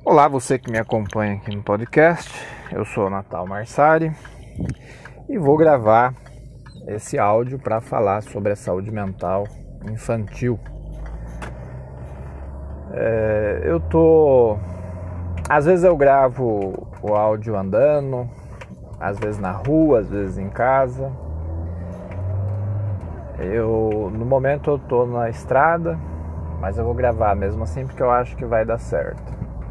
Olá, você que me acompanha aqui no podcast. Eu sou o Natal Marsari e vou gravar esse áudio para falar sobre a saúde mental infantil. Às vezes eu gravo o áudio andando, às vezes na rua, às vezes em casa. No momento eu tô na estrada, mas eu vou gravar mesmo assim porque eu acho que vai dar certo.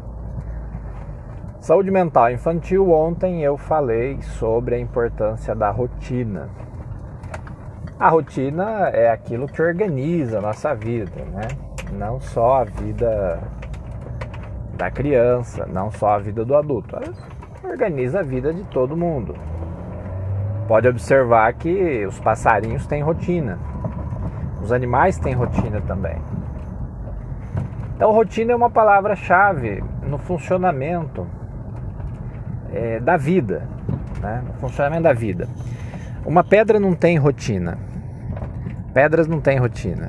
Saúde mental infantil. Ontem eu falei sobre a importância da rotina. A rotina é aquilo que organiza a nossa vida, né? Não só a vida da criança, não só a vida do adulto. Ela organiza a vida de todo mundo. Pode observar que os passarinhos têm rotina. Os animais têm rotina também. Então, rotina é uma palavra-chave no funcionamento da vida, né? No funcionamento da vida. Uma pedra não tem rotina. Pedras não têm rotina.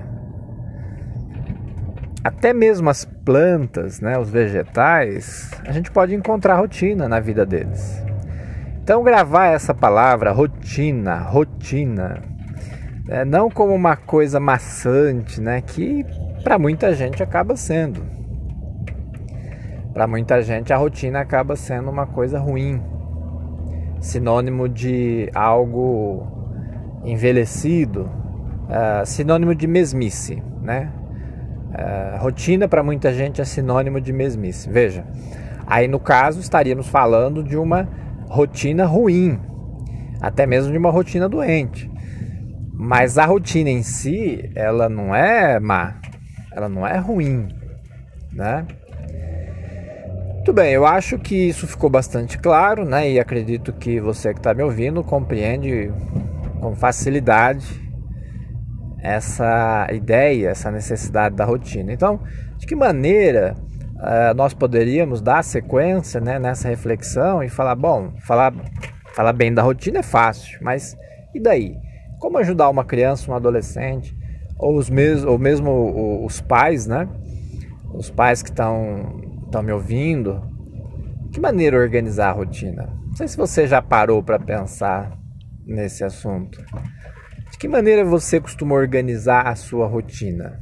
Até mesmo as plantas, né, os vegetais, a gente pode encontrar rotina na vida deles. Então, gravar essa palavra, rotina, não como uma coisa maçante, né, que para muita gente acaba sendo. Para muita gente a rotina acaba sendo uma coisa ruim, sinônimo de algo envelhecido, sinônimo de mesmice, né? Rotina para muita gente é sinônimo de mesmice. Veja, aí no caso estaríamos falando de uma rotina ruim, até mesmo de uma rotina doente. Mas a rotina em si, ela não é má, ela não é ruim, né? Muito bem, eu acho que isso ficou bastante claro, né? E acredito que você que está me ouvindo compreende com facilidade essa ideia, essa necessidade da rotina. Então, de que maneira nós poderíamos dar sequência, né, nessa reflexão e falar, falar bem da rotina é fácil, mas e daí? Como ajudar uma criança, um adolescente, ou mesmo os pais, né? Os pais que estão me ouvindo, de que maneira organizar a rotina? Não sei se você já parou para pensar nesse assunto. De que maneira você costuma organizar a sua rotina?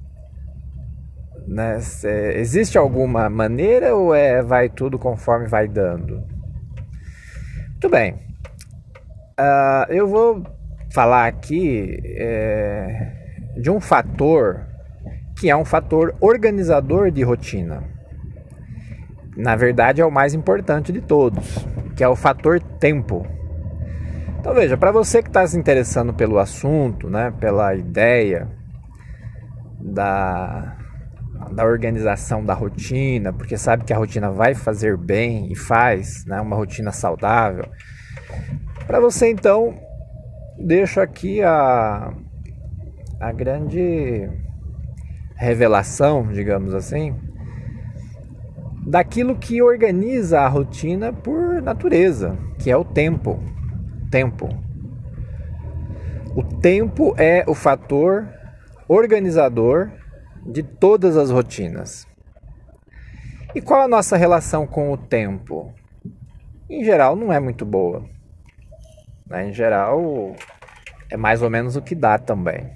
Né? Existe alguma maneira ou vai tudo conforme vai dando? Muito bem. Eu vou falar aqui de um fator que é um fator organizador de rotina. Na verdade, é o mais importante de todos, que é o fator tempo. Então veja, para você que está se interessando pelo assunto, né, pela ideia da organização da rotina, porque sabe que a rotina vai fazer bem e faz, né, uma rotina saudável. Para você então, deixo aqui a grande revelação, digamos assim, daquilo que organiza a rotina por natureza, que é o tempo. O tempo é o fator organizador de todas as rotinas. E qual a nossa relação com o tempo? Em geral, não é muito boa. Em geral, é mais ou menos o que dá também.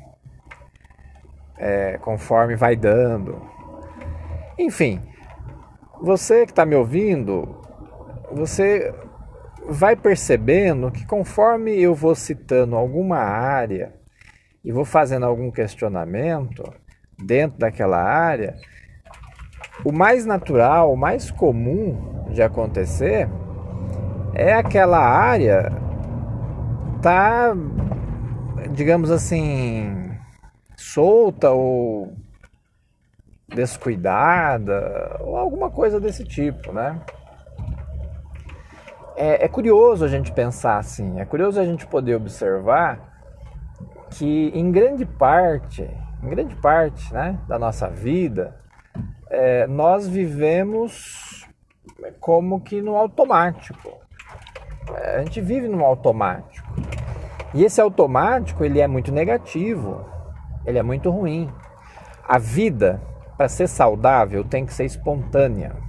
Conforme vai dando. Enfim, você que está me ouvindo, você vai percebendo que conforme eu vou citando alguma área e vou fazendo algum questionamento dentro daquela área, o mais natural, o mais comum de acontecer é aquela área tá, digamos assim, solta ou descuidada ou alguma coisa desse tipo, né? É curioso a gente pensar assim, é curioso a gente poder observar que em grande parte, né, da nossa vida, nós vivemos como que no automático. A gente vive no automático. E esse automático, ele é muito negativo, ele é muito ruim. A vida, para ser saudável, tem que ser espontânea.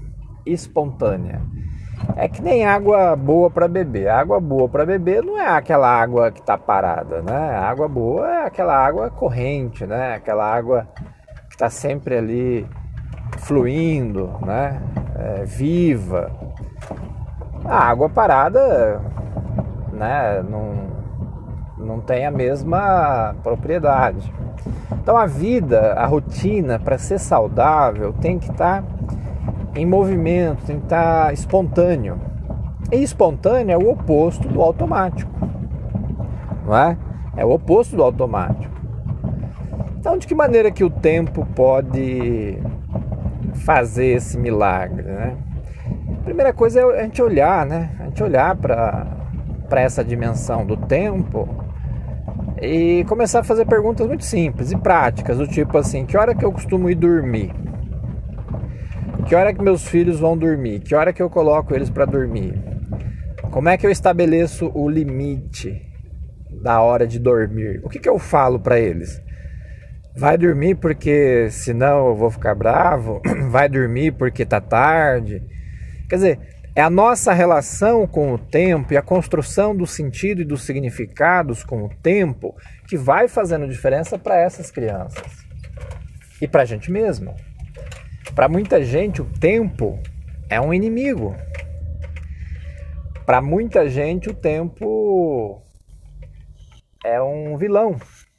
espontânea. É que nem água boa para beber. A água boa para beber não é aquela água que está parada, né? A água boa é aquela água corrente, né? Aquela água que está sempre ali fluindo, né? Viva. A água parada, né? Não tem a mesma propriedade. Então a vida, a rotina, para ser saudável, tem que estar em movimento, tem que estar espontâneo. E espontâneo é o oposto do automático, não é? É o oposto do automático. Então, de que maneira que o tempo pode fazer esse milagre, né? A primeira coisa é a gente olhar, né? A gente olhar para essa dimensão do tempo e começar a fazer perguntas muito simples e práticas, do tipo assim, que hora que eu costumo ir dormir? Que hora que meus filhos vão dormir? Que hora que eu coloco eles para dormir? Como é que eu estabeleço o limite da hora de dormir? O que eu falo para eles? Vai dormir porque senão eu vou ficar bravo? Vai dormir porque tá tarde? Quer dizer, é a nossa relação com o tempo e a construção do sentido e dos significados com o tempo que vai fazendo diferença para essas crianças e para a gente mesmo. Para muita gente, o tempo é um inimigo. Para muita gente, o tempo é um vilão.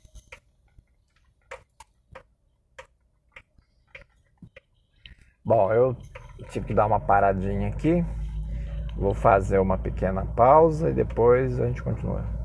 Bom, eu tive que dar uma paradinha aqui. Vou fazer uma pequena pausa e depois a gente continua.